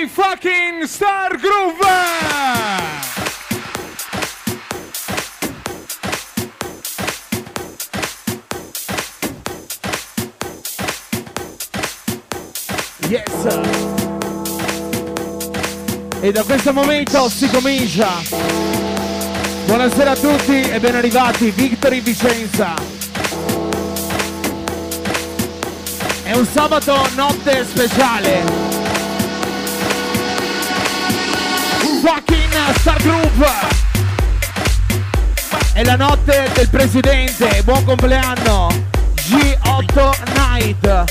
fucking Star Groove! Yes! E da questo momento si comincia. Buonasera a tutti e ben arrivati, Victory Vicenza. È un sabato notte speciale. Fucking Star Groove. È la notte del presidente. Buon compleanno G8 Night.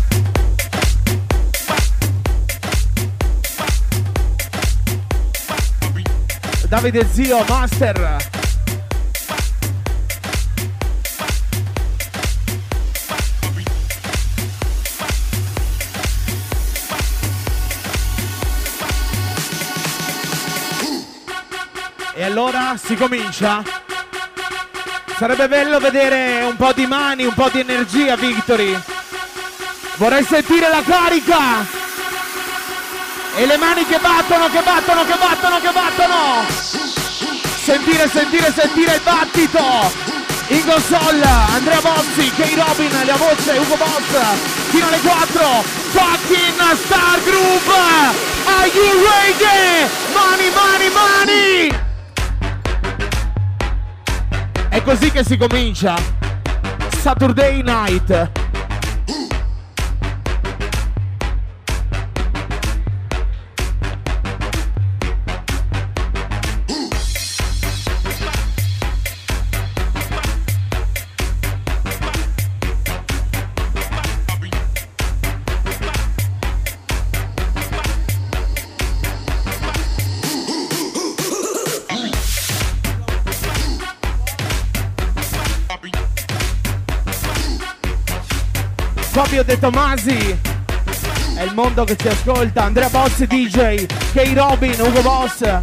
Davide Zio Master. E allora si comincia. Sarebbe bello vedere un po' di mani, un po' di energia, Victory. Vorrei sentire la carica. E le mani che battono, che battono, che battono, che battono. Sentire, sentire, sentire il battito. Ingo Sol, Andrea Bozzi, Kay Robin, la voce, Ugo Boss. Fino alle 4. Fucking Star Groove. Are you ready? Money, money, money. È così che si comincia. Saturday Night. Fabio De Tomasi, è il mondo che ci ascolta. Andrea Bozzi DJ, Kay Robin, Ugo Boss.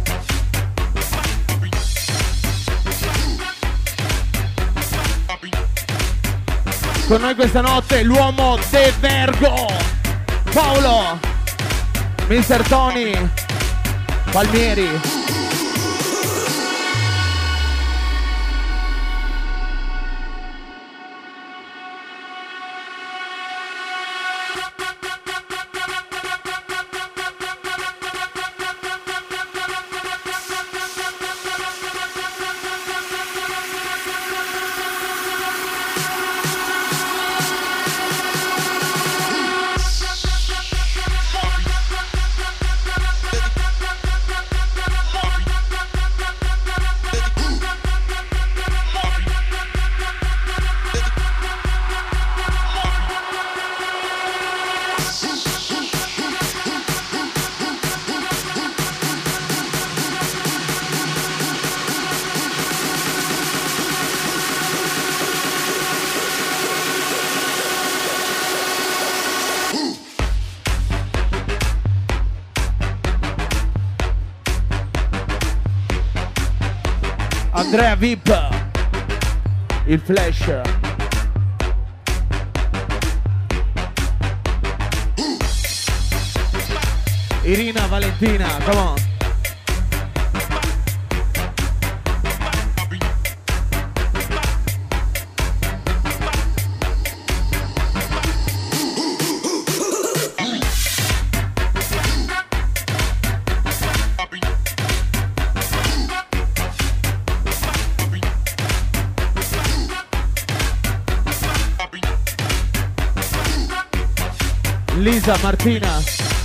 Con noi questa notte l'uomo De Vergo, Paolo, Mr. Tony Palmieri. Andrea VIP, il Flash. Irina Valentina, come on. Lisa Martina.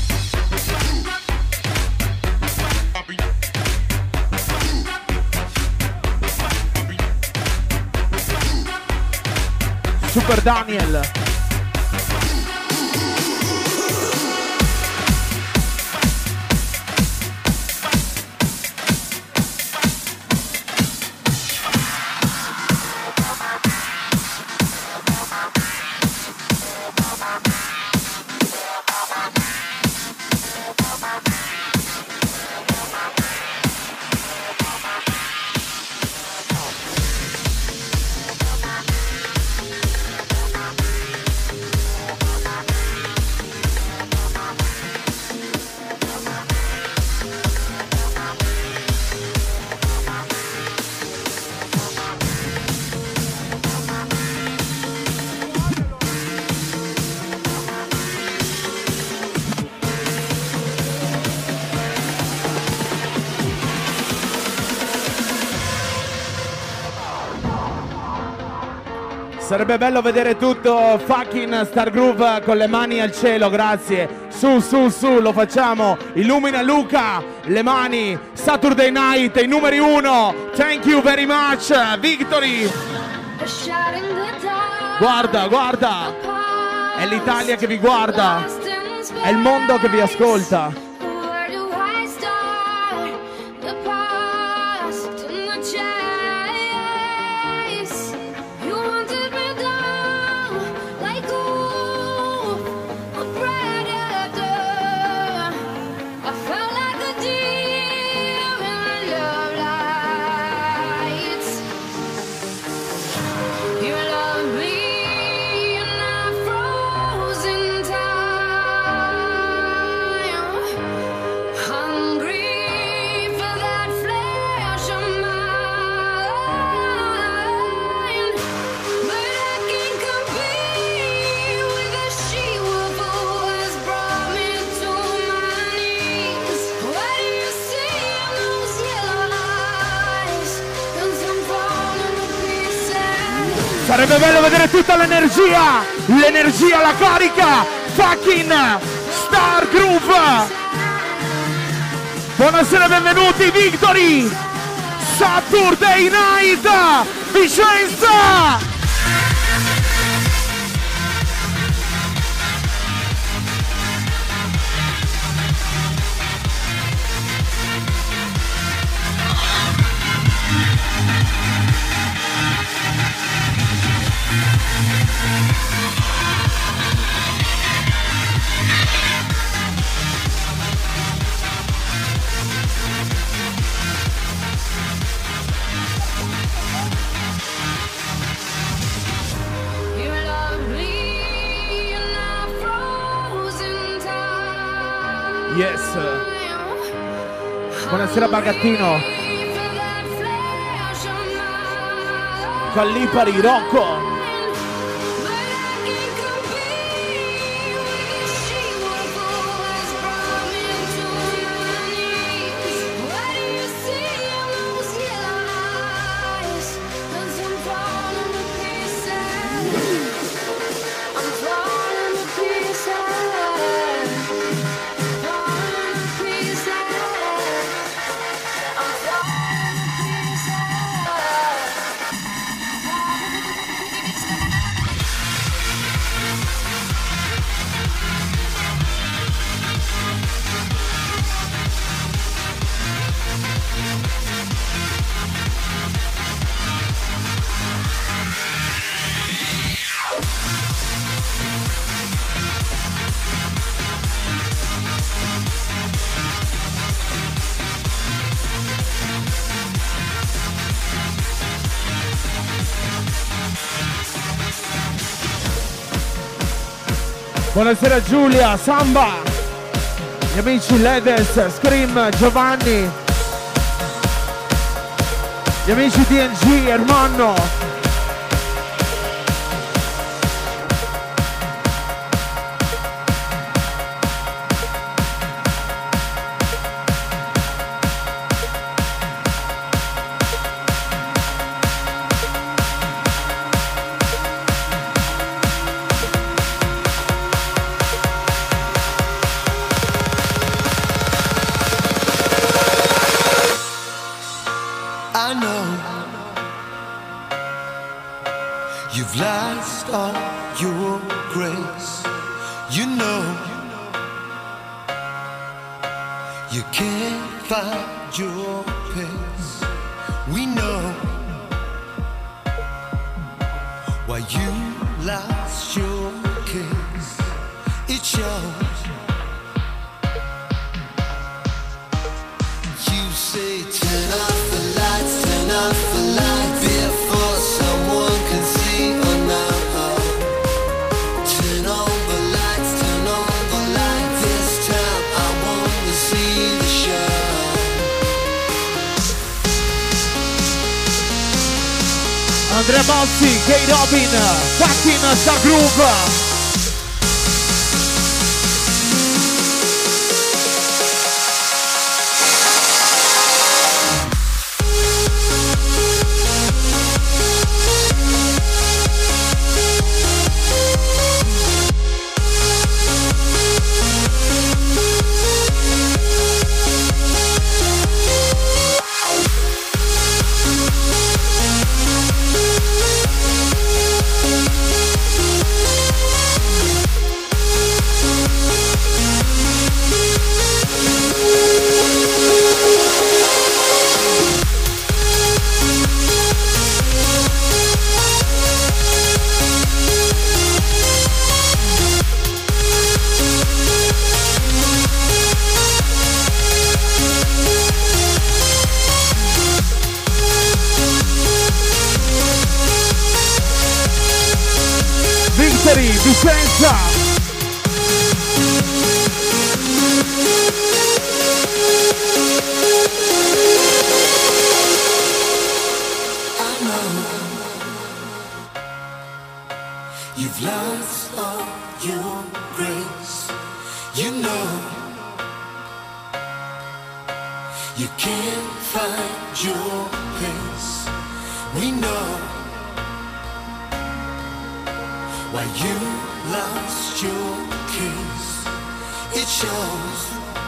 Super Daniel. Sarebbe bello vedere tutto fucking Star Groove con le mani al cielo, grazie. Su, su, su, lo facciamo. Illumina Luca, le mani. Saturday Night, i numeri 1. Thank you very much, Victory. Guarda, guarda. È l'Italia che vi guarda. È il mondo che vi ascolta. Sarebbe bello vedere tutta l'energia, la carica, fucking Star Groove. Buonasera, benvenuti, Victory, Saturday Night, Vicenza. Yes. Buonasera Bagattino. Callipari, Rocco. Buonasera Giulia, Samba, gli amici Ledes, Scream, Giovanni, gli amici DNG, Ermanno. Andrea Bossi, Kay Robin, fucking Star Groove. Victory, Vicenza. You've lost all your grace, you know. You can't find your place, we know. Why you lost your case, it shows.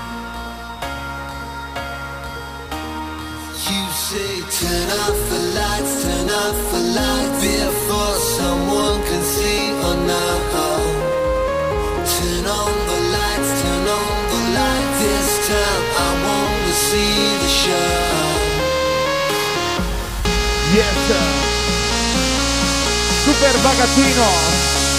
You say turn off the lights, turn off the lights before someone can see or know. Turn on the lights, turn on the lights. This time I want to see the show. Yes, Super Bagattino.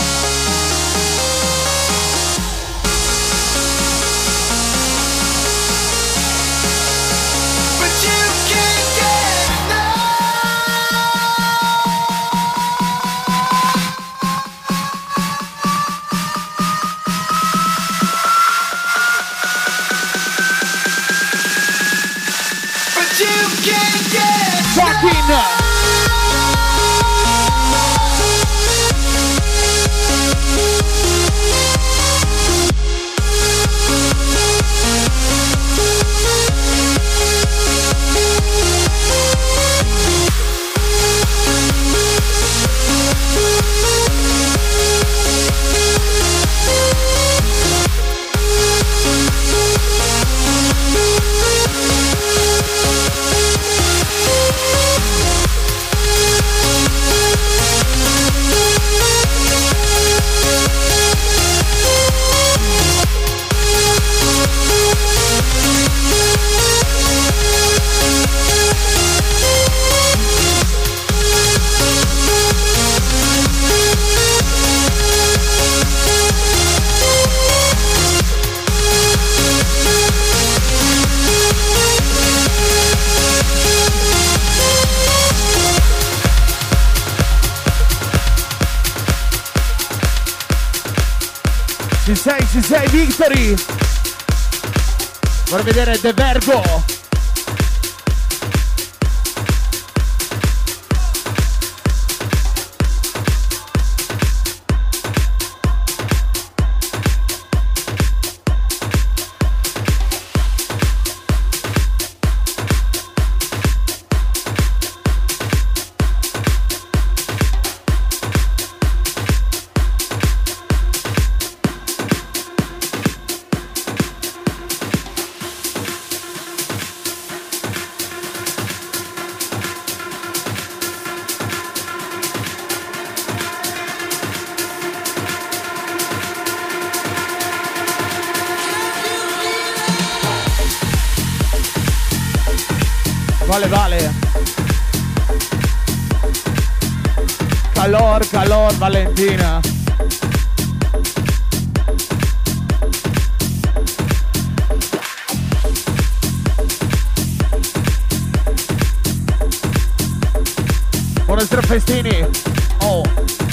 Ci sei Victory. Vorrei vedere De Vergo. Vale. Calor, Valentina. Buonasera festini. Oh.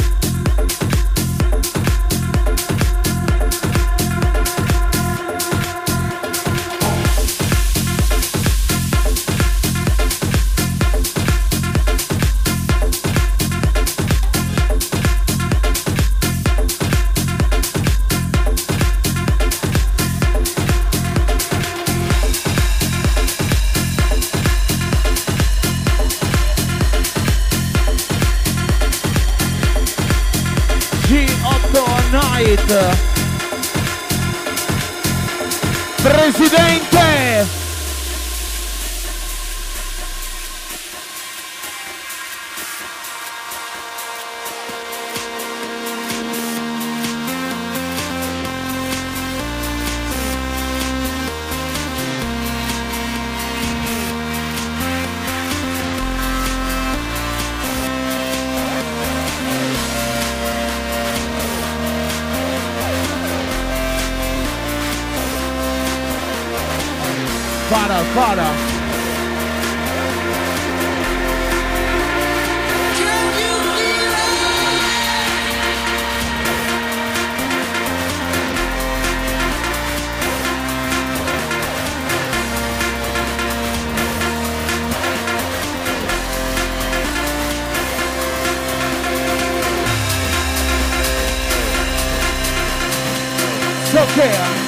Presidente! Para. Ok.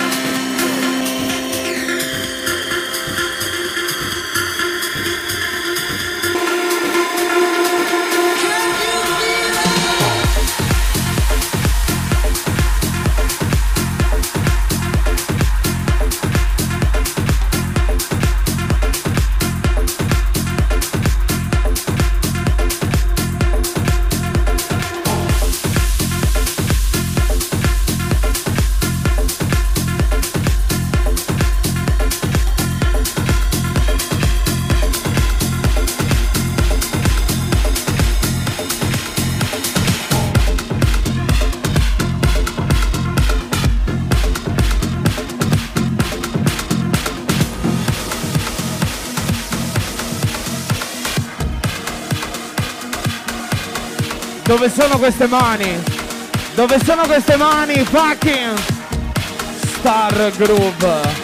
Dove sono queste mani? Dove sono queste mani? Fucking Star Groove.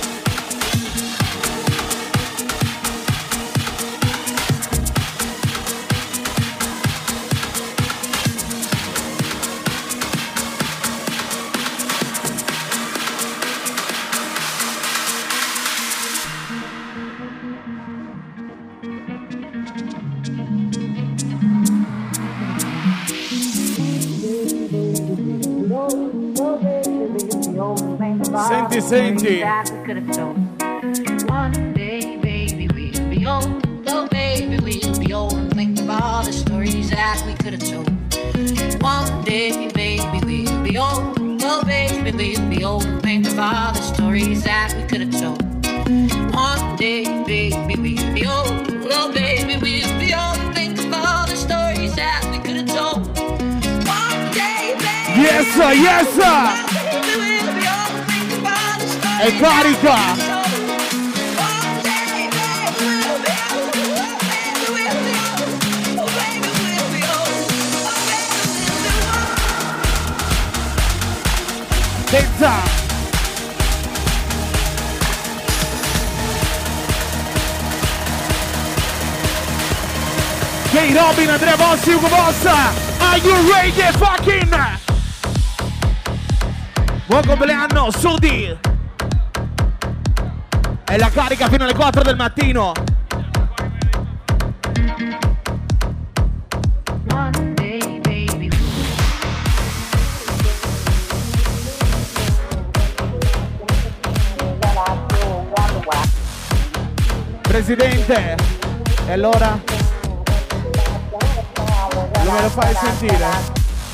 Senti, senti. One day, baby, we'll be old. Oh, baby, we'll be old. Think of all the stories that we could have told. One day, baby, we'll be old. Oh, baby, we'll be old. Think of all the stories that we could have told. One day, baby, we'll be old. Oh, baby, we'll be old. Think of all the stories that we could have told. One day, baby. Yes, sir, yes, sir. E carica! Pensa! Jay Robin, Andrea Bossi, Ugo Bossa! Are you ready, fucking? Buon compleanno, Sudi! E la carica fino alle 4 del mattino. Presidente, e allora? Non me lo fai sentire?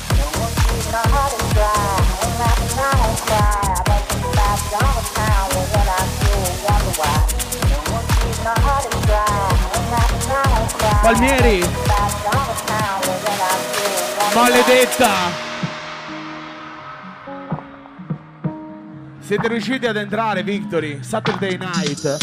Palmieri, maledetta! Siete riusciti ad entrare, Victory? Saturday Night.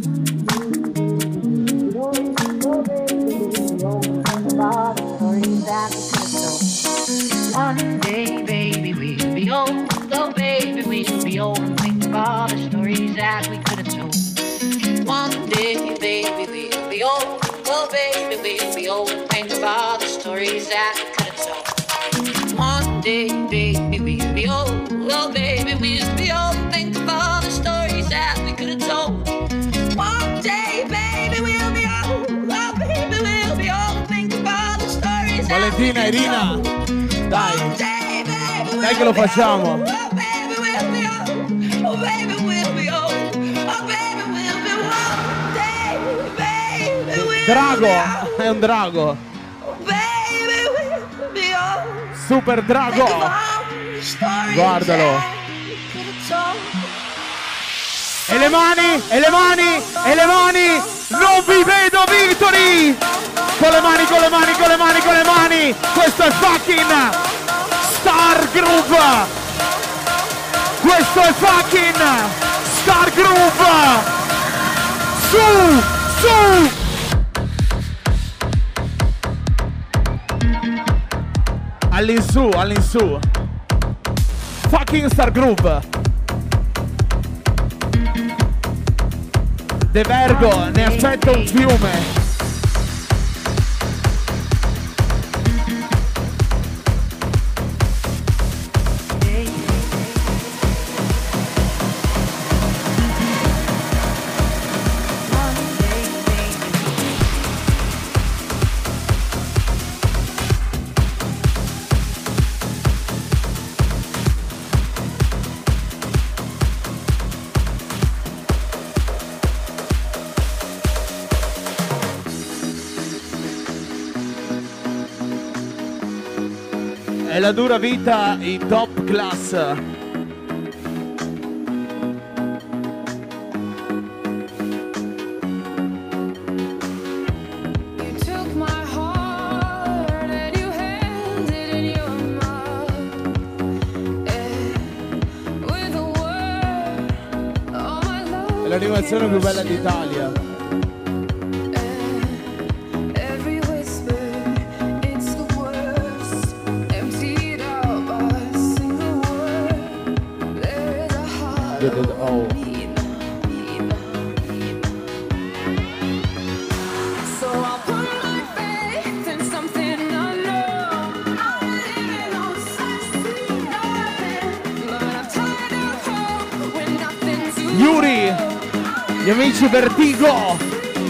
One day, baby, we'll be old. Oh, baby, we'll be old. Think of all the stories that we could have told. One day, baby, we'll be old. Oh, baby, we'll be old. Think of all the stories that we could have told. One day, baby, we'll be old. Oh, baby, we'll be old. Think of all the stories that we could have told. One day, baby, we'll be old. Oh, baby, we'll be old. Think of all the stories that we Valentina, could have Irina, told. dai, Day, baby, dai che lo facciamo. oh, baby, we'll be old. Oh, baby, we'll be old. Oh, baby, we'll be old. Day, baby, we'll be Drago, old. è un drago. Oh, baby, we'll be old. Super drago. Think of all the stories Guardalo. that we could have told. E le mani, e le mani, e le mani. Non vi vedo, Victory. Con le mani, con le mani, con le mani, con le mani. Questo è fucking Star Groove. Questo è fucking Star Groove. Su, su. All'insù, all'insù. Fucking Star Groove. De Vergo, ne aspetta un fiume. È la dura vita in top class. È l'animazione più bella d'Italia. Oh. Yuri, gli amici Vertigo.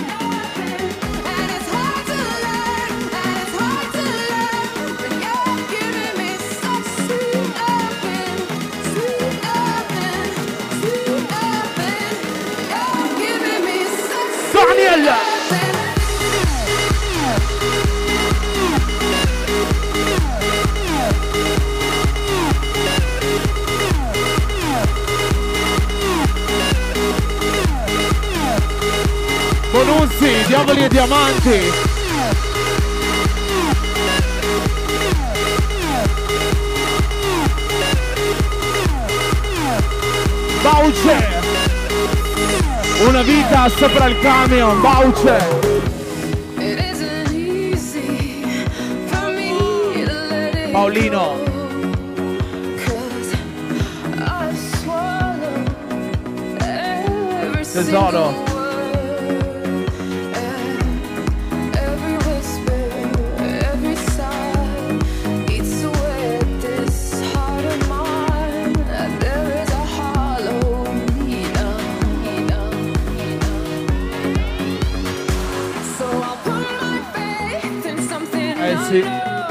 Bonuzzi, diavoli e diamanti. Bauce, una vita sopra il camion. Bauce. Paolino. Tesoro. Sì.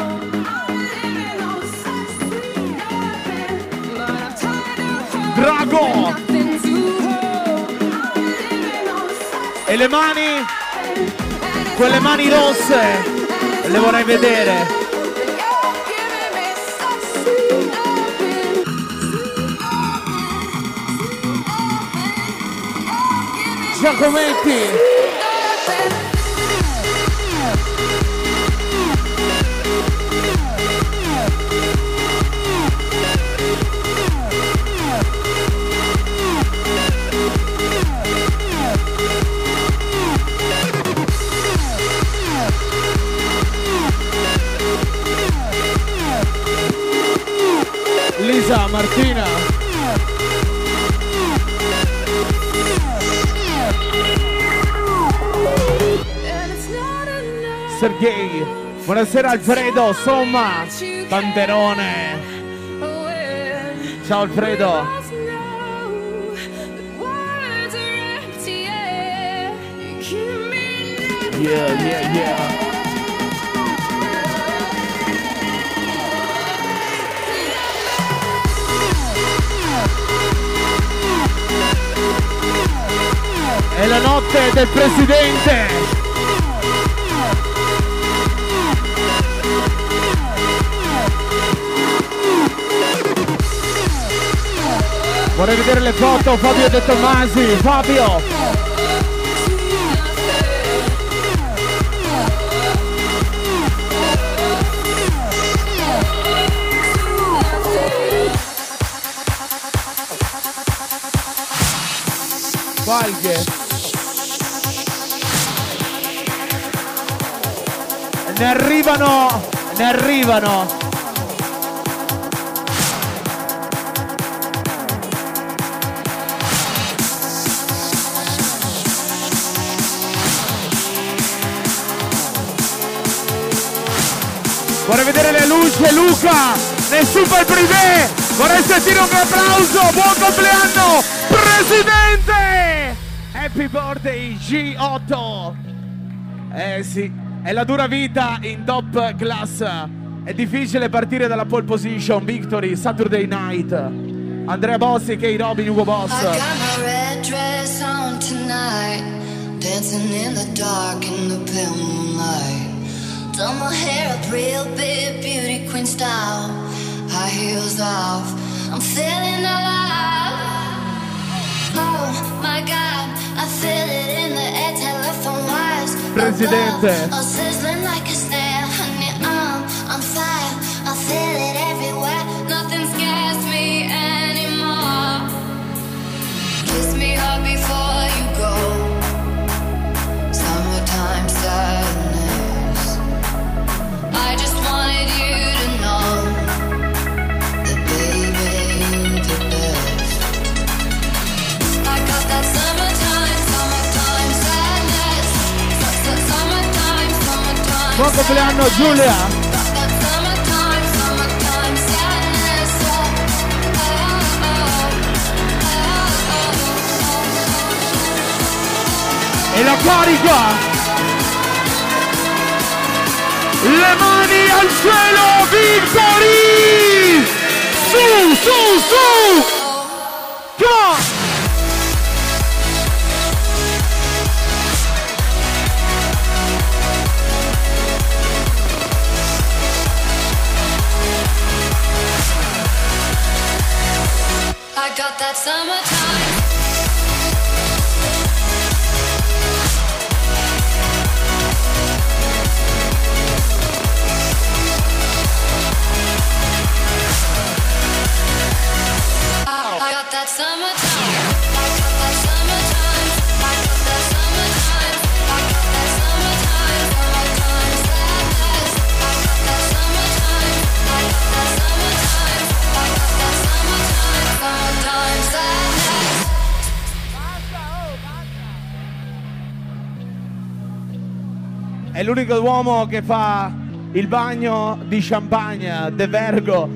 Drago. E le mani, quelle mani rosse, le vorrei vedere. Giacometti. Lisa, Martina. Sergei. Buonasera Alfredo, Somma. Banderone. Ciao Alfredo. Yeah, yeah, yeah. È la notte del presidente. Vorrei vedere le foto, Fabio De Tommasi. Fabio. Valghe. Ne arrivano, ne arrivano. Vorrei vedere le luci, Luca, nel super privé. Vorrei sentire un applauso. Buon compleanno, presidente. Happy birthday G8. Sì. È la dura vita in top class. È difficile partire dalla pole position. Victory, Saturday Night. Andrea Bossi, K. Robin, Ugo Boss. I got my red dress on tonight, dancing in the dark in the pale moonlight. Done my hair up real big, beauty queen style. heels off. I'm feeling alive. Oh my God, I feel it in the air. Telephone wires Presidente. above, all sizzling like a snare. Honey, I'm on fire. I feel it everywhere. Nothing scares me anymore. Kiss me hard before you go. Summertime sadness. I just wanted you to know that baby you're the best. I got that summertime sadness. Summertime Buon compleanno Giulia. got that summertime sadness. E la carica. Le mani al cielo, Victory! Su, su, su! Come on! I got that summertime. I got that summertime. I got that summertime. I got that summertime. I got that summertime. Summertime sadness. I got that summertime. I got that summertime. I got that summertime. Summertime sadness. È l'unico uomo che fa il bagno di champagne, De Vergo.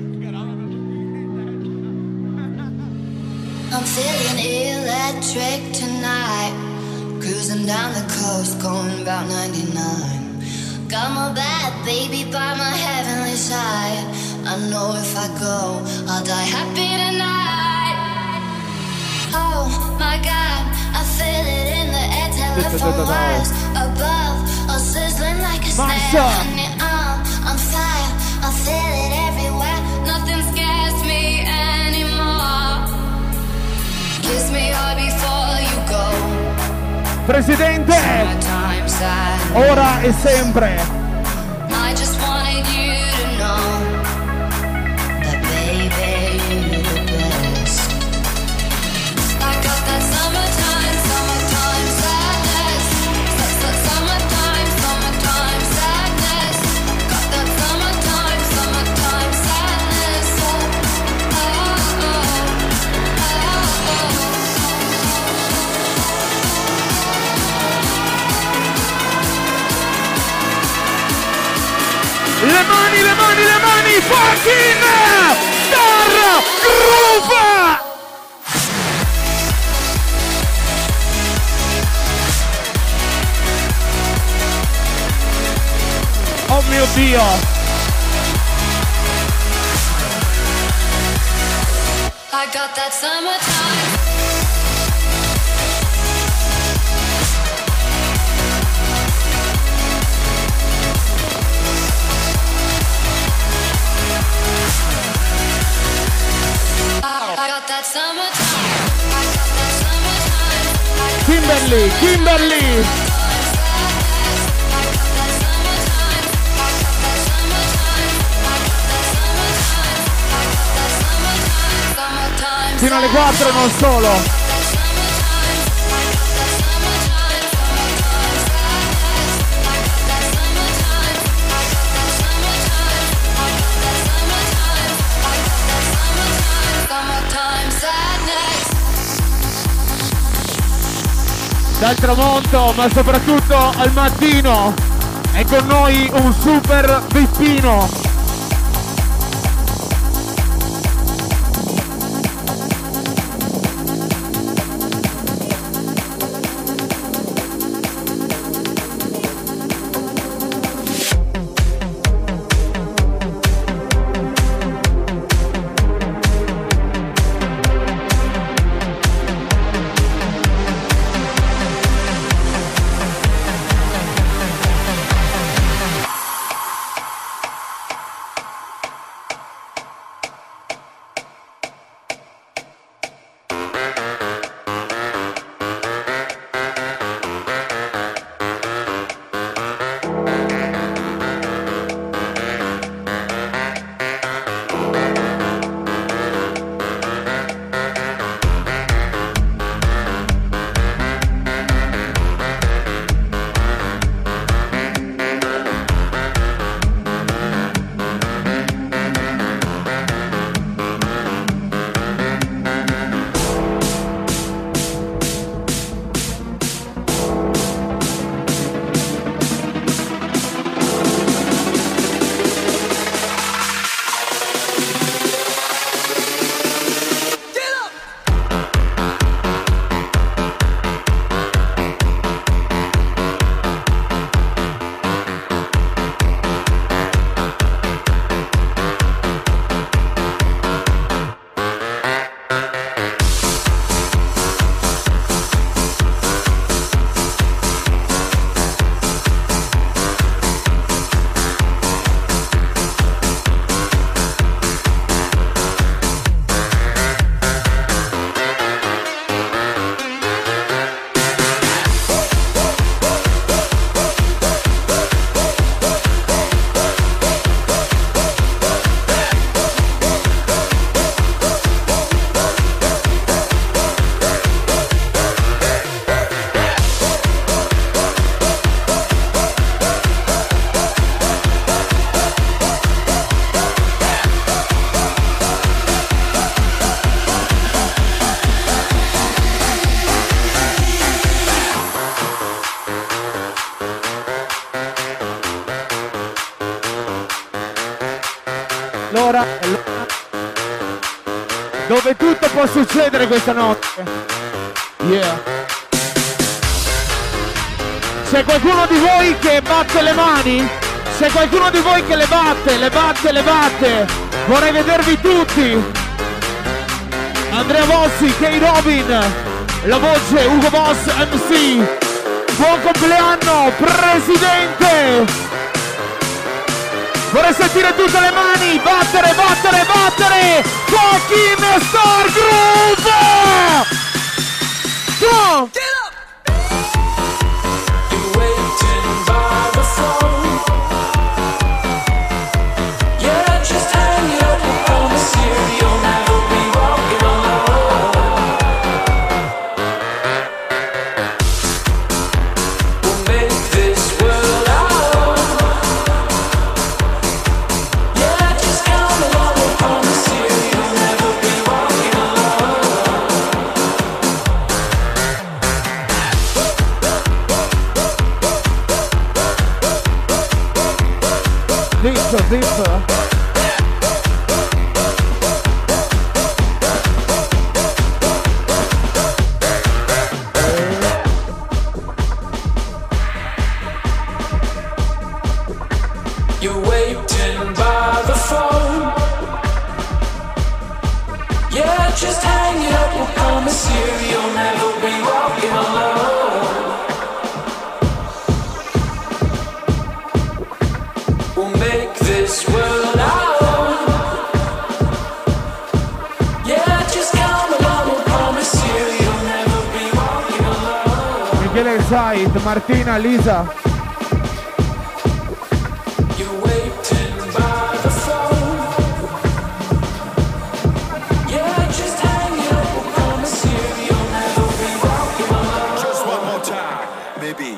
I'm feeling electric tonight. Cruising down the coast, going about 99. Got my bad baby by my heavenly side. I know if I go, I'll die happy tonight. Oh my God, I feel it in the air. Telephone wires above, all sizzling like a snare. Massa. Honey, I'm on fire. I feel it everywhere. Nothing scares me anymore. Kiss me hard before you go. Presidente, Summertime sadness. ora e sempre. I just wanted you to know that baby you're the best. I got that summertime sadness. Summertime sadness. Got that summertime sadness. Le mani, fucking Star Groove! Oh mio Dio! I got that summertime. I got that summertime. I got that summertime. Kimberly, Kimberly! Fino alle 4 non solo. Dal tramonto, ma soprattutto al mattino, è con noi un super Peppino. l'ora dove tutto può succedere questa notte. Yeah. C'è qualcuno di voi che batte le mani? C'è qualcuno di voi che le batte, le batte, le batte? Vorrei vedervi tutti. Andrea Bossi, Kay Robin, la voce, Ugo Boss, MC. Buon compleanno, presidente! Vorrei sentire tutte le mani, battere, battere, battere! Fucking Star Groove! Come on! Zip. You're waiting by the phone. Yeah, just hang it up, we'll promise you you'll never be walking alone. We'll make this world our own. Yeah, just come along, we'll promise you you'll never be walking alone. Michele Said, Martina, Lisa. You're waiting by the phone. Yeah, just hang it up, we'll promise you you'll never be walking alone. Just one more time, baby.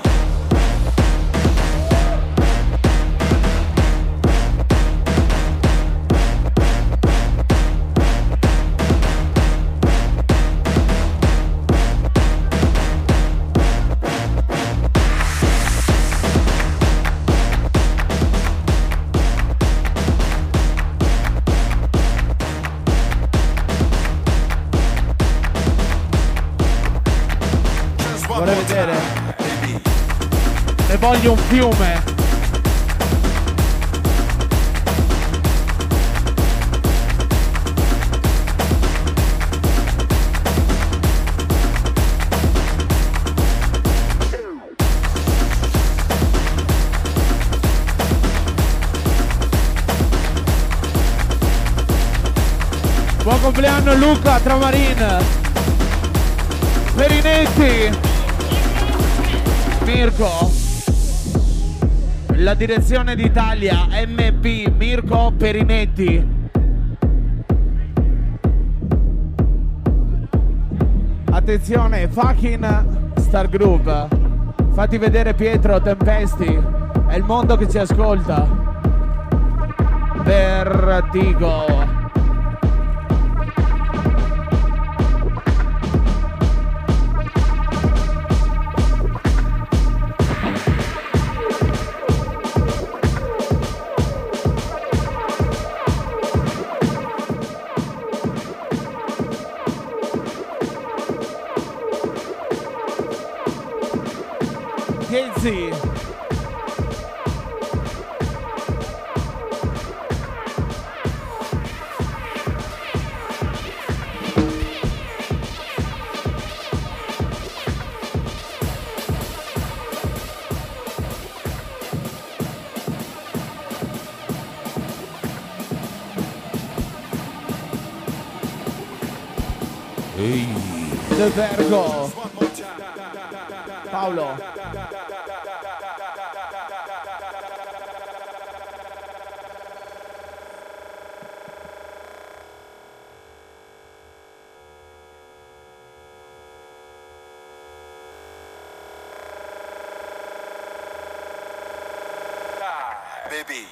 Vorrei vedere. Ne voglio un fiume. Buon compleanno Luca Tramarin, Perinetti, Mirko, la direzione d'Italia, MP, Mirko Perinetti. Attenzione, fucking Star Groove. Fatti vedere Pietro Tempesti, è il mondo che ci ascolta. Vertigo. Genzi. De Vergo. Paolo. Baby.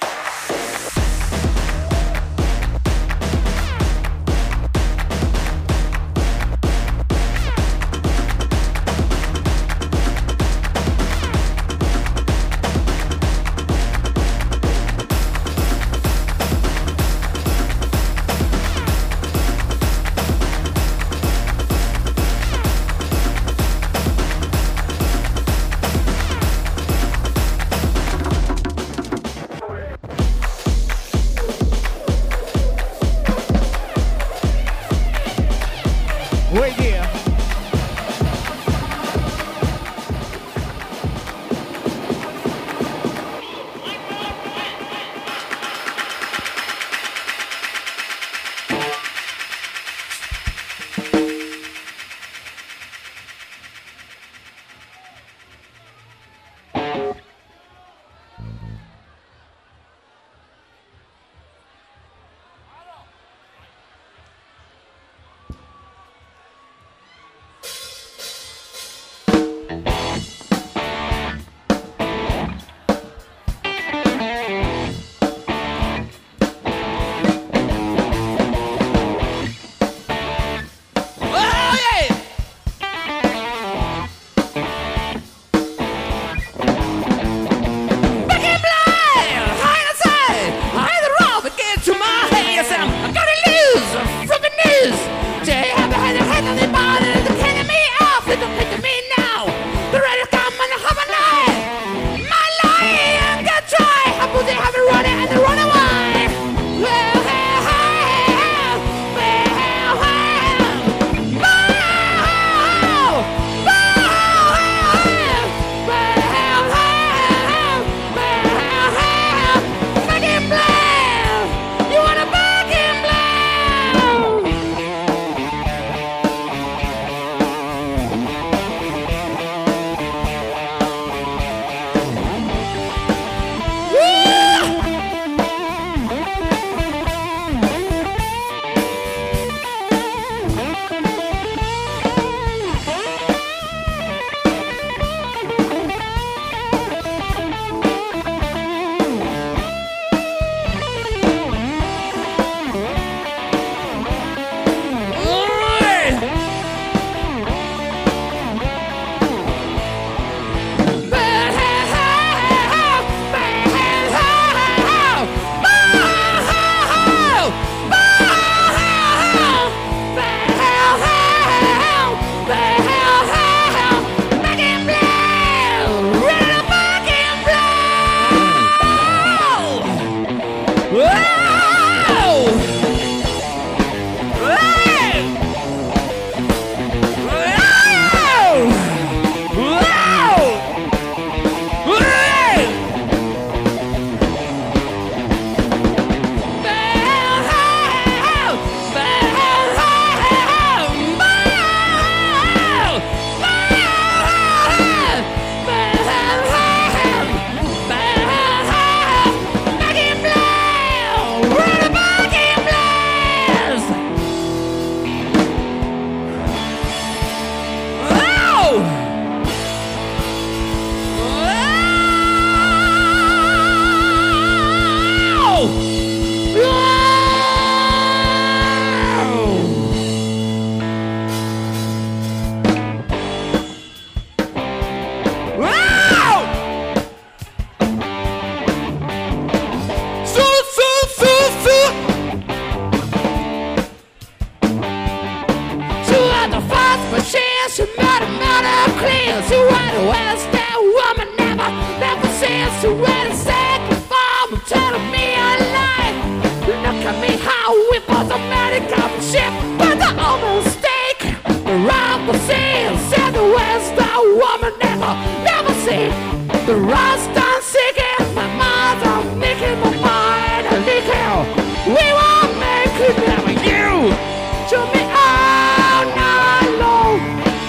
the West, that woman never says to where to second form, telling me a lie. Look at me, how we both a medical ship, but the old mistake. The wrong was said the West, that woman never said. The rust done sinking, my mother making my mind a leaking. We won't make it, never you. To me all night long.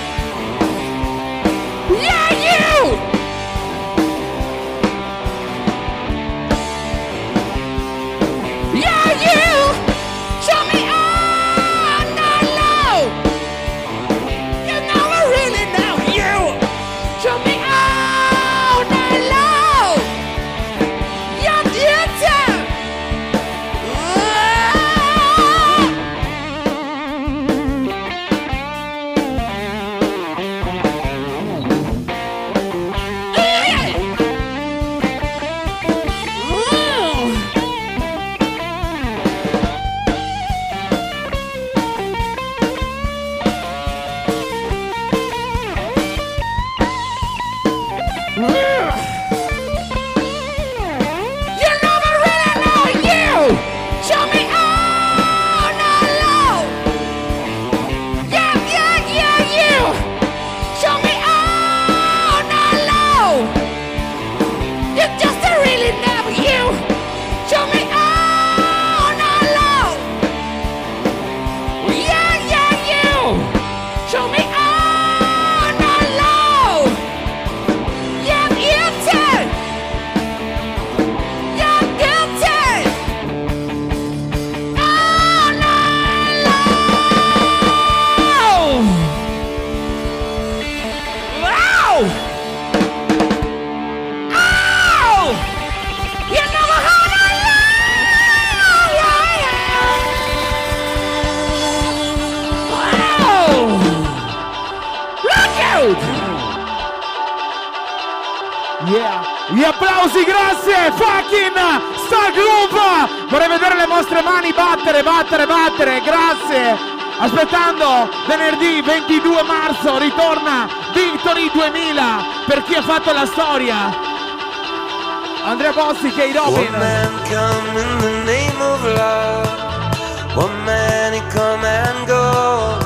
Yeah, you. Yeah, you. Show me all night long. You never really know you. Show me all night long. Yeah, you too. Gli applausi, grazie, fucking Star Group. Vorrei vedere le vostre mani battere, grazie. Aspettando venerdì 22 marzo ritorna Victory 2000 per chi ha fatto la storia. Andrea Bossi, Kay Robin. One man come in the name of love. One man he come and go.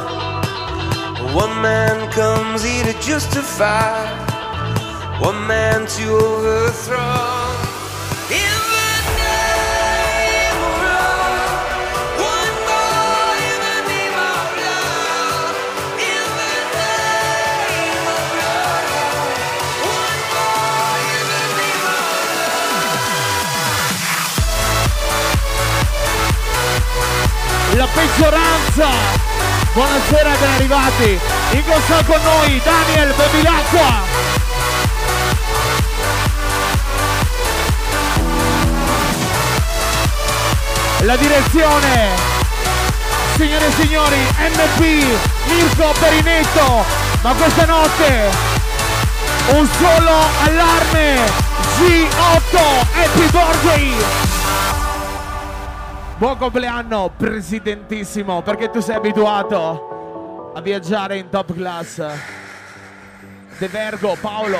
One man comes here to justify. One man to overthrow. In the name of love. One more in the name of love. In the name of love. One more in the name of love. La peggioranza. Buonasera, ben arrivati. In console con noi Daniel Bevilacqua. La direzione, signore e signori, MP, Mirko Perinetto, ma questa notte un solo allarme, G8, Happy Birthday! Buon compleanno, presidentissimo, perché tu sei abituato a viaggiare in top class. De Vergo, Paolo.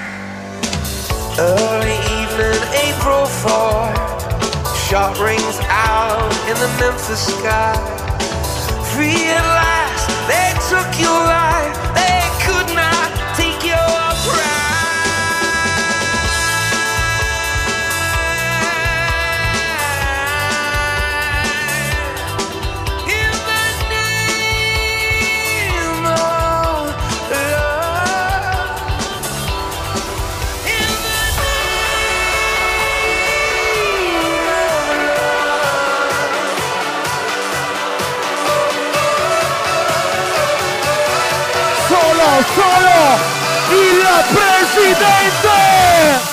Early evening, April 4. Shot rings out in the Memphis sky. Free at last, they took your life. They could not take your pride. In the name of love. In the Solo il presidente!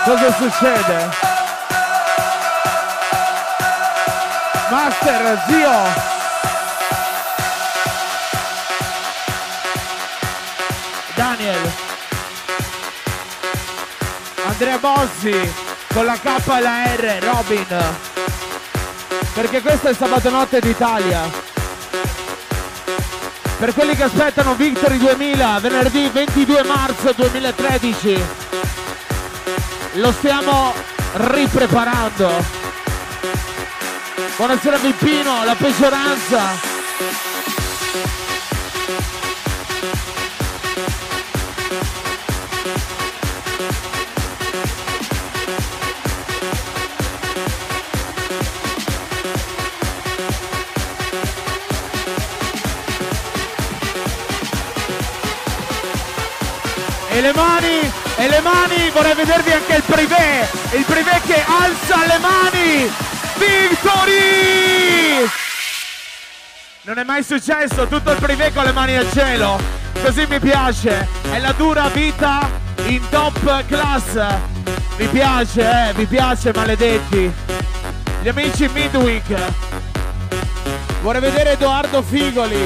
Cosa succede? Master, zio! Daniel! Andrea Bossi con la K e la R, Robin! Perché questo è Sabato Notte d'Italia! Per quelli che aspettano Victory 2000, venerdì 22 marzo 2013, lo stiamo ripreparando. Buonasera Pippino, la peggioranza. E le mani, vorrei vedervi anche il privé che alza le mani. Victory! Non è mai successo, tutto il privé con le mani al cielo. Così mi piace. È la dura vita in top class. Vi piace, maledetti. Gli amici Midweek. Vorrei vedere Edoardo Figoli.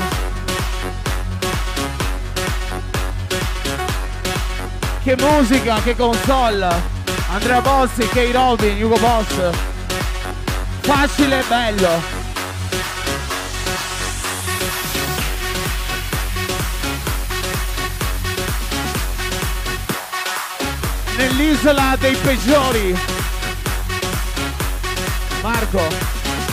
Che musica, che console. Andrea Bossi, Kay Robin, Hugo Boss. Facile e bello. Nell'isola dei peggiori. Marco.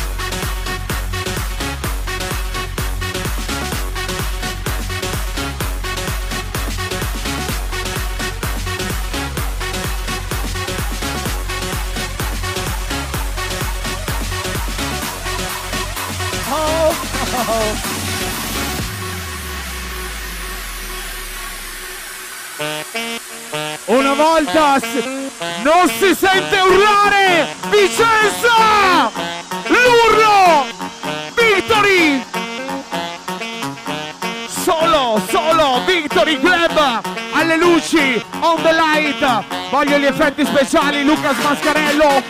Una volta non si sente urlare Vicenza! L'urlo! Victory! Solo Victory Club alle luci, on the light. Voglio gli effetti speciali, Lucas Mascarello.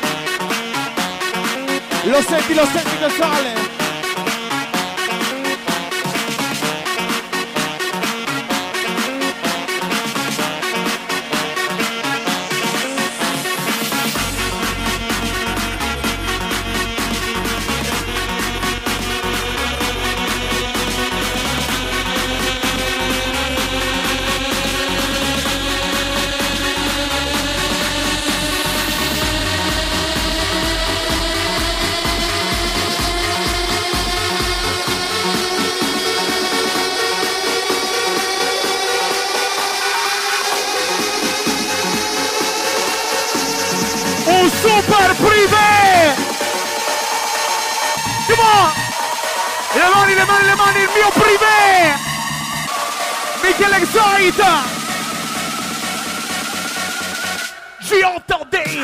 Lo senti che sale. Super privé! Come on! Le mani, il mio privé! Michele Exoit! G8 Day!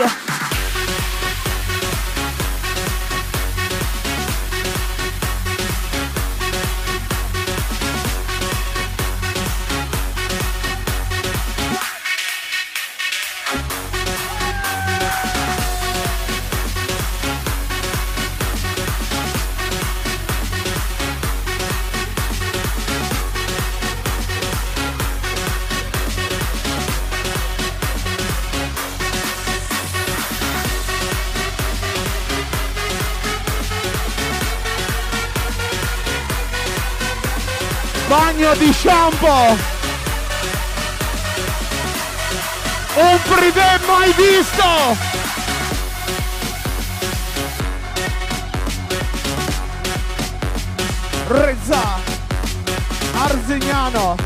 Bagno di shampoo, un privé mai visto. Rezza Arzignano.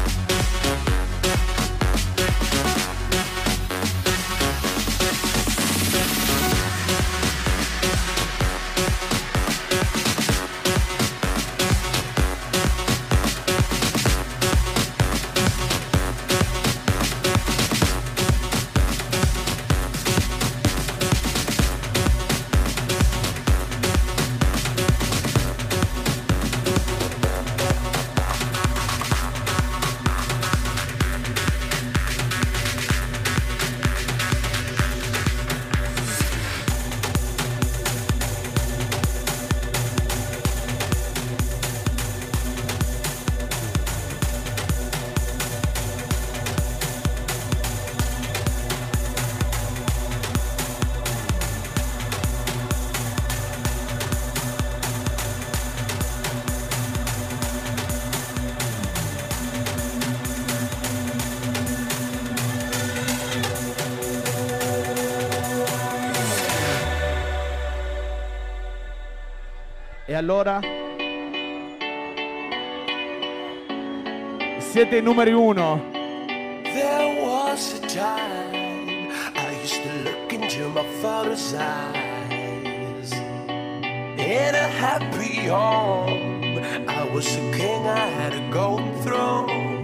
E allora? Siete i numeri uno. There was a time I used to look into my father's eyes. In a happy home, I was a king, I had a golden throne.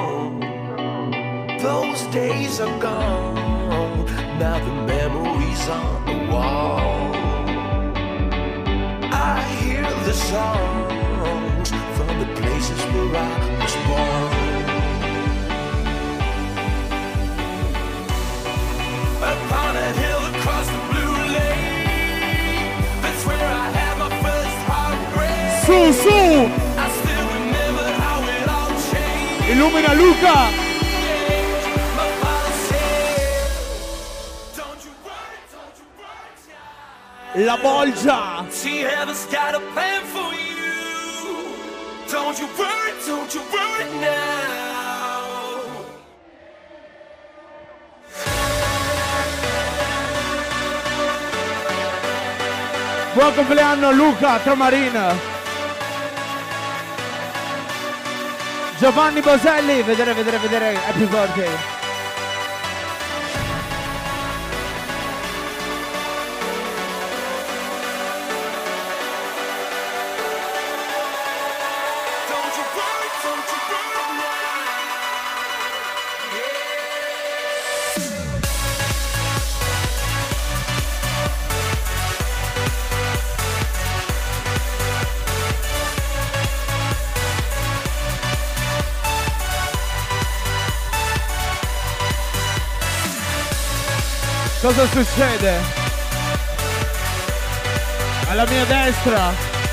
Those days are gone, now the memories on the wall. I hear the songs from the places where I was born. Upon a hill across the blue lake, that's where I had my first heartbreak. Su, su! I still remember how it all changed. Illumina Luca! My father said, don't you worry, child. La Bolgia! See, heaven's got a plan for you. Don't you worry now. Buon compleanno Luca Tromarina. Giovanni Boselli, vedere, happy birthday. Cosa succede? Alla mia destra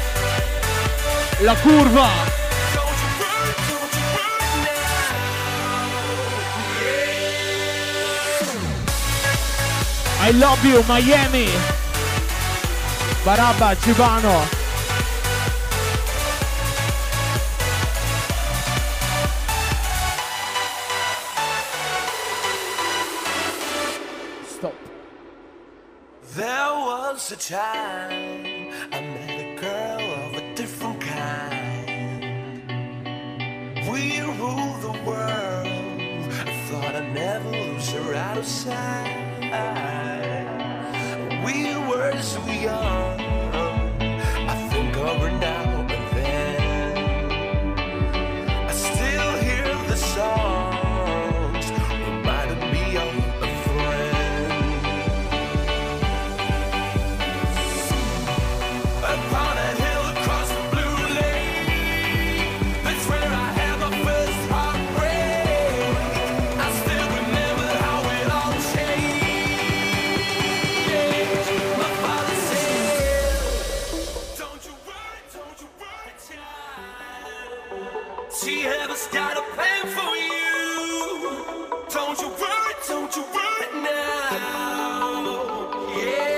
la curva. I love you Miami. Barabba, Cibano. There was a time I met a girl of a different kind. We ruled the world. I thought I'd never lose her out of sight. We were so young. I think of her now and then. I still hear the songs reminding me of a friend. Upon a hill across the blue lake, that's where I had my first heartbreak. I still remember how it all changed. My father said, don't you worry, child. See, heaven's got a plan for you. Don't you worry now. Yeah.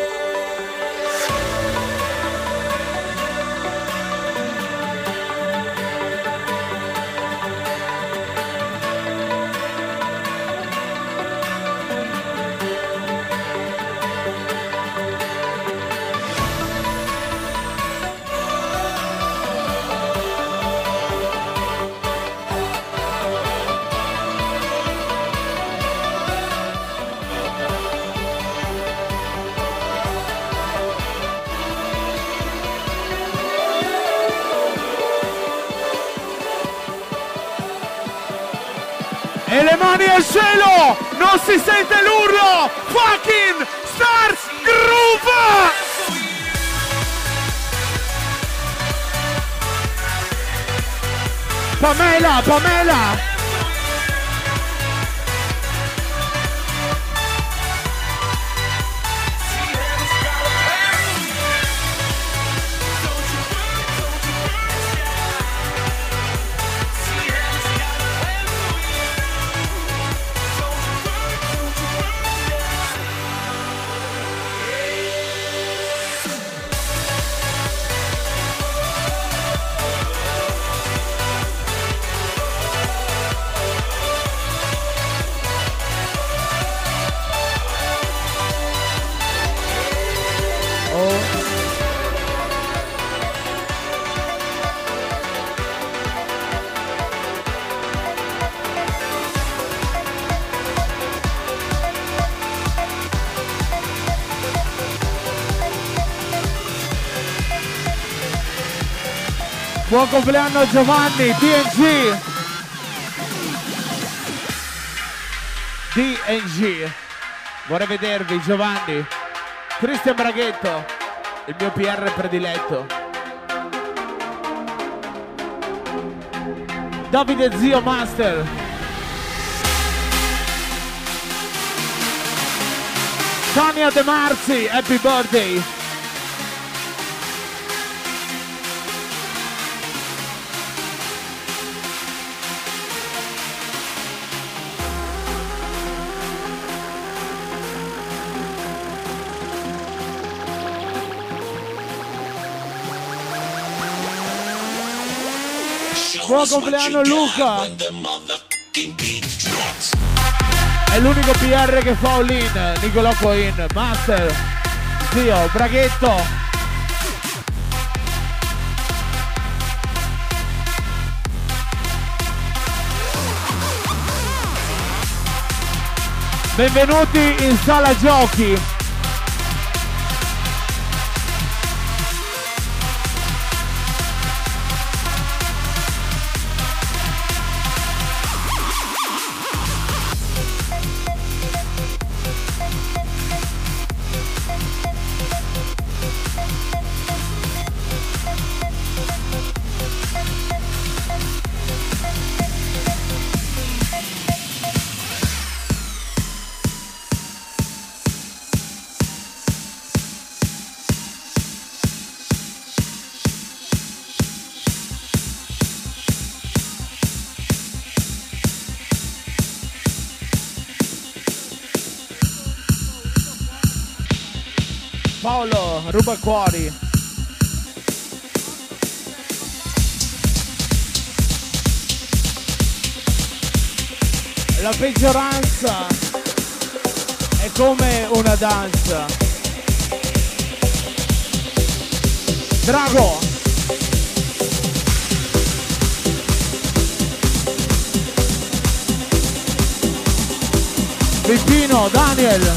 E le mani al cielo! Non si sente l'urlo! Fucking Stars Groove! Pamela! Buon compleanno Giovanni, DNG. DNG. Vorrei vedervi Giovanni. Cristian Braghetto, il mio PR prediletto. Davide Zio Master. Tania De Marzi, happy birthday. Buon compleanno Luca! È l'unico PR che fa all-in, Nicolò Coin, Master, Zio, Braghetto. Benvenuti in sala giochi. Paolo, ruba cuori. La peggioranza è come una danza. Drago. Peppino, Daniel.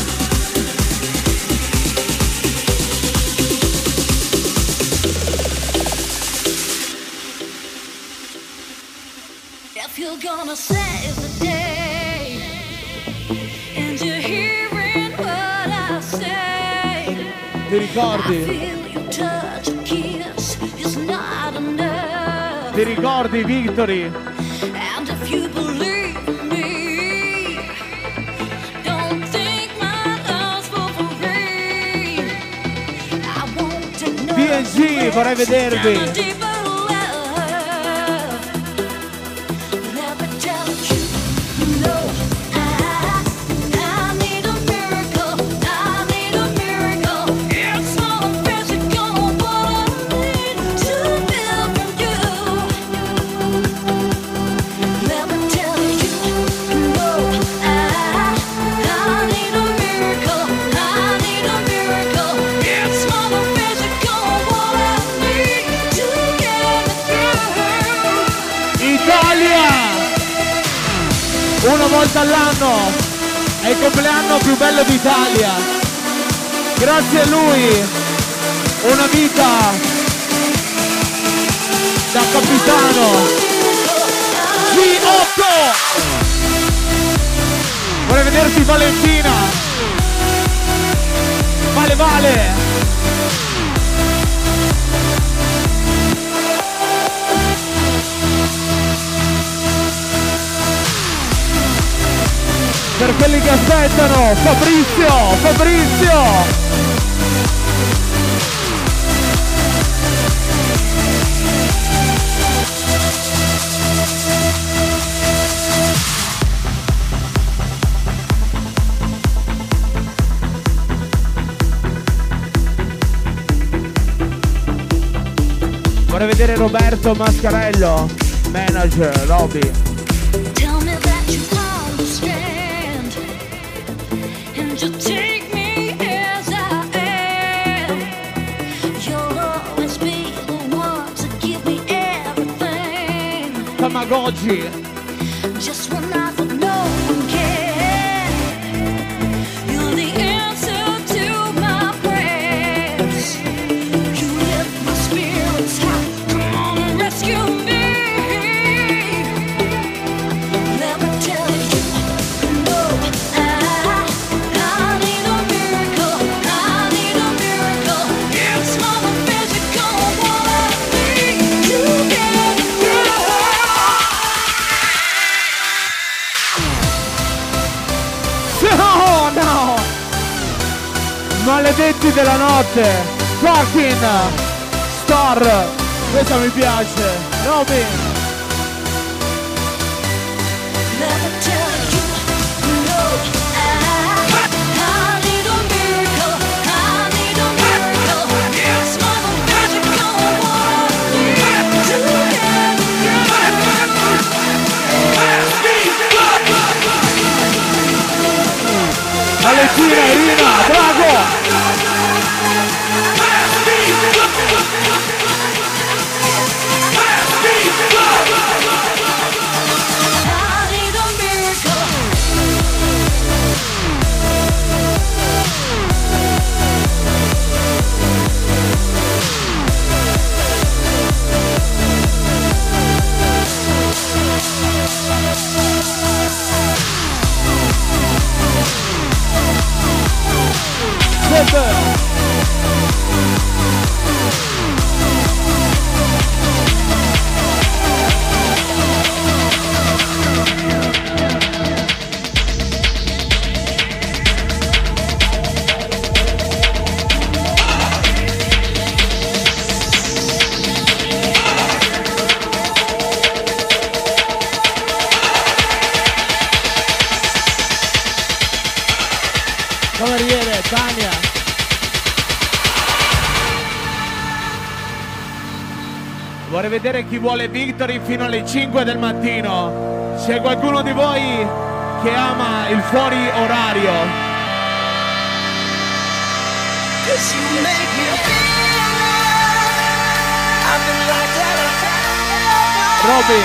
You're gonna save the day, and you're hearing what I say. Ti ricordi? I feel your touch, a kiss is not enough. Ti ricordi, Victory? And if you believe me, don't think my love's for free. I won't take no DNG, vorrei vedervi. Una volta all'anno è il compleanno più bello d'Italia. Grazie a lui, una vita da capitano. G8! Vorrei vederti Valentina. Vale. Per quelli che aspettano, Fabrizio! Vorrei vedere Roberto Mascarello, manager, Robby. Take me as I am. You'll always be the one to give me everything. Tamagotchi. Just when I thought no one cared, you're the answer to my prayers. You lift my spirits high. Come on. maledetti della notte. Fucking Star. Questa mi piace. Robin. Never tell you no. I need a miracle. I need a miracle. Smile of magic, no one needs to have. Valentina, Irina, Drago. I need a miracle. Cameriere, Tania. Vorrei vedere chi vuole Victory fino alle 5 del mattino. C'è qualcuno di voi che ama il fuori orario? Robby.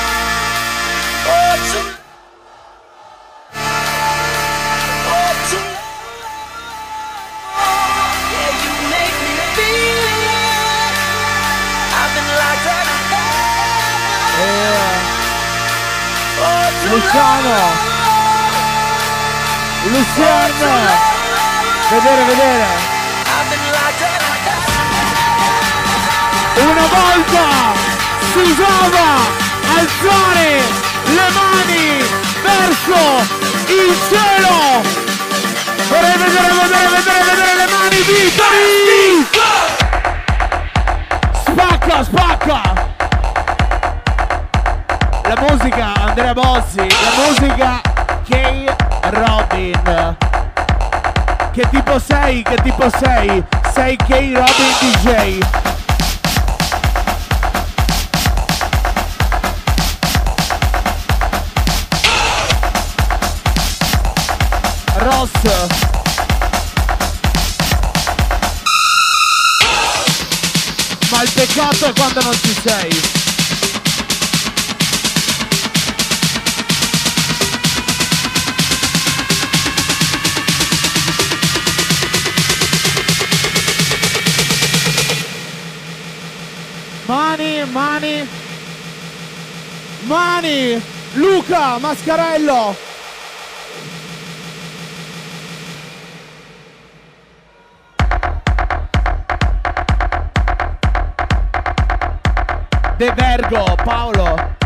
Luciano. Vedere. Una volta si usava alzare le mani verso il cielo. Vorrei vedere le mani, Victory! Spacca! La musica Andrea Bossi, la musica K. Robin. Che tipo sei? Sei K. Robin DJ. Ross. Ma il peccato è quando non ci sei. Mani, Luca Mascarello. De Vergo, Paolo.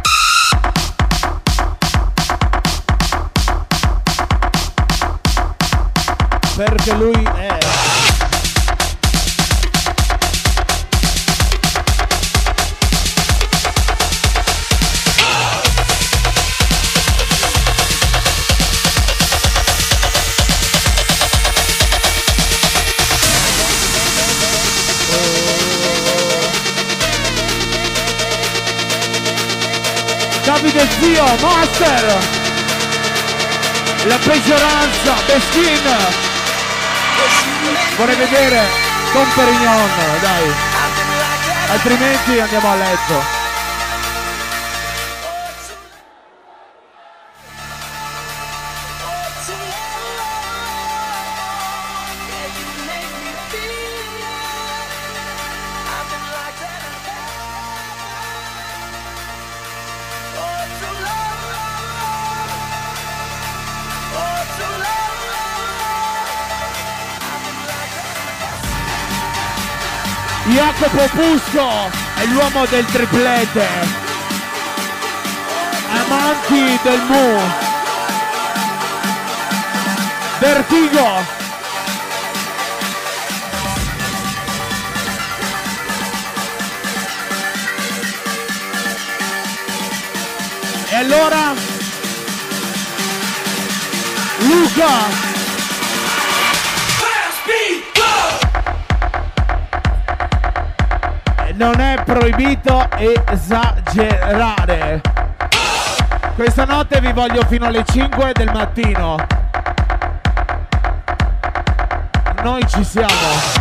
Perché lui è... Davide Zio, Master, la peggioranza, Beskin. Vorrei vedere Don Perignon, dai, altrimenti andiamo a letto. Jacopo Pusco è l'uomo del triplete, amanti del Mu, Vertigo, allora Luca. Non è proibito esagerare. Questa notte vi voglio fino alle 5 del mattino. Noi ci siamo.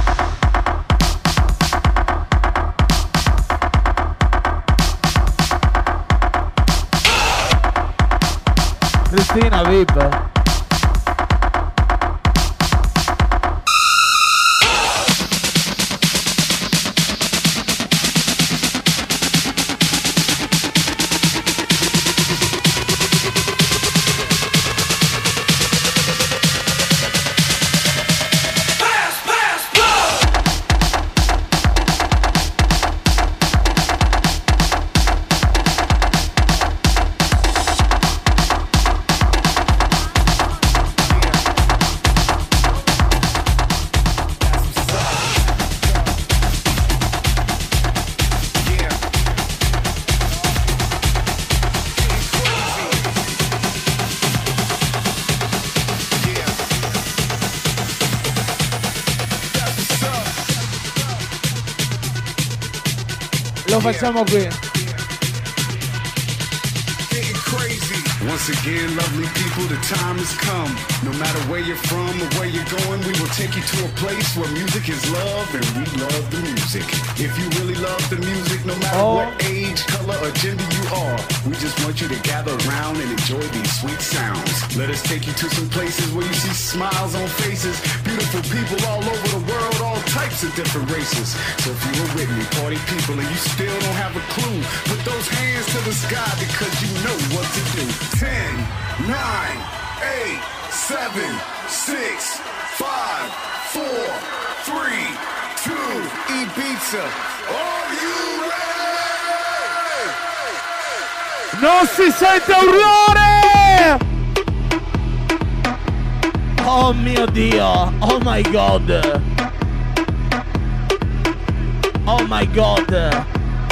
Cristina VIP. Lo facciamo qui. Once again, lovely people, the time has come. No matter where you're from or where you're going, we will take you to a place where music is love and we love the music. If you really love the music, no matter what age, color, or gender you are, we just want you to gather around and enjoy these sweet sounds. Let us take you to some places where you see smiles on faces, beautiful people all over the world, all types of different races. So if you were with me, party people, and you still don't have a clue, put those hands to the sky because you know what to do. 10, 9, 8, 7, 6, 5, 4, 3, 2, Ibiza. Are you ready? Non si sente urlare! Oh mio Dio! Oh my God! Oh my God!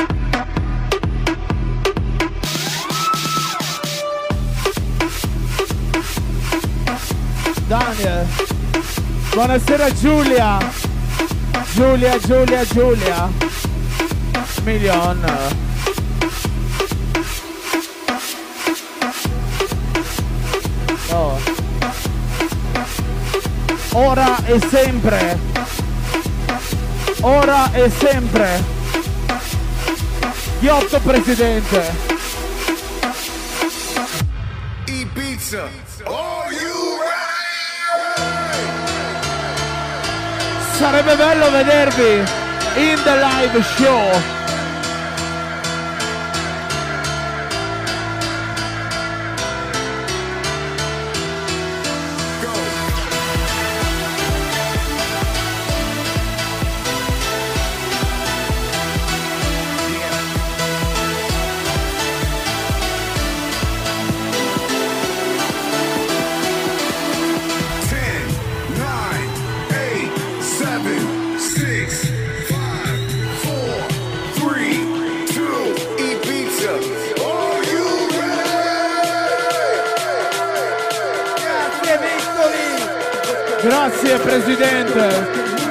Daniel, buonasera Giulia, Giulia, Million. Oh. Ora e sempre, Ghiotto presidente. Ibiza. Are you Sarebbe bello vedervi in the live show. Grazie Presidente.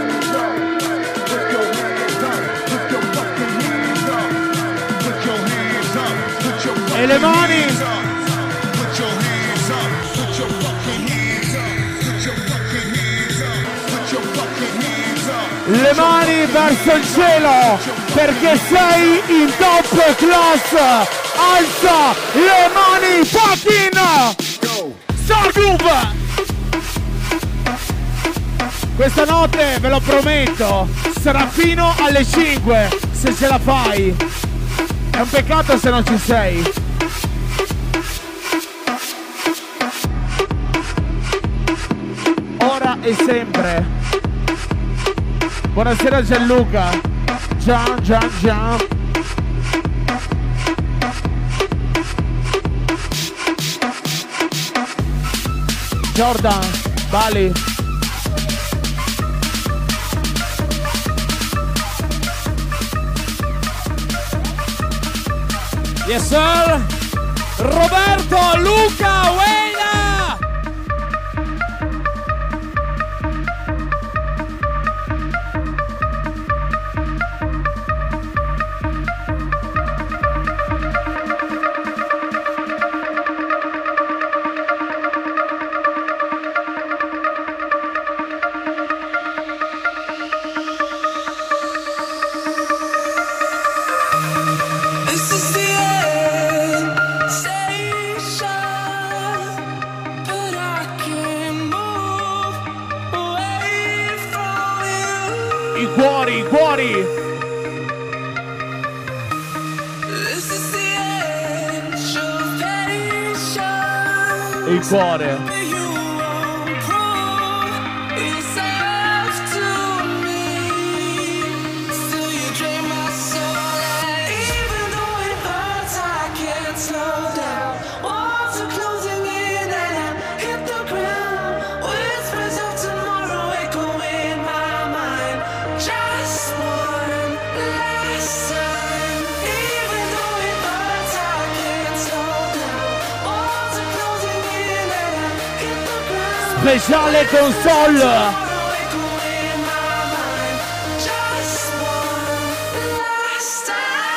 E le mani. Le mani verso il cielo perché sei in top class. Alza le mani fucking Star Groove. Questa notte, ve lo prometto, sarà fino alle 5, se ce la fai. È un peccato se non ci sei. Ora e sempre. Buonasera Gianluca. Gian. Jordan, Bali. Yes sir. Roberto, Luca, Wena. This is the end station, but I can't move away from you. I cuori, i cuori. This is the end of patience. Il cuore. But you won't prove yourself to me. Still you drain my soul, and even though it hurts, I can't slow down. Walls are closing in, and I hit the ground. Whispers of tomorrow echo in my mind. Just one last time. Even though it hurts, I can't slow down. Walls are closing in, and I hit the ground. Speciale console. Tomorrow echo in my mind. Just one last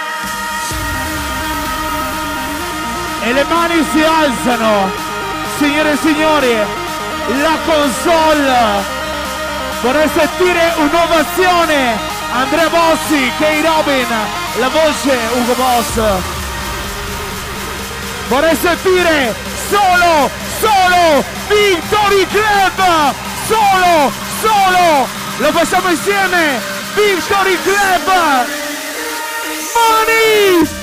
time. E le mani si alzano. Signore e signori, la console. Vorrei sentire un'ovazione. Andrea Bossi, Kay Robin, la voce Ugo Boss. Vorrei sentire solo Victory Club. Solo. Lo facciamo insieme. Victory Club. Money.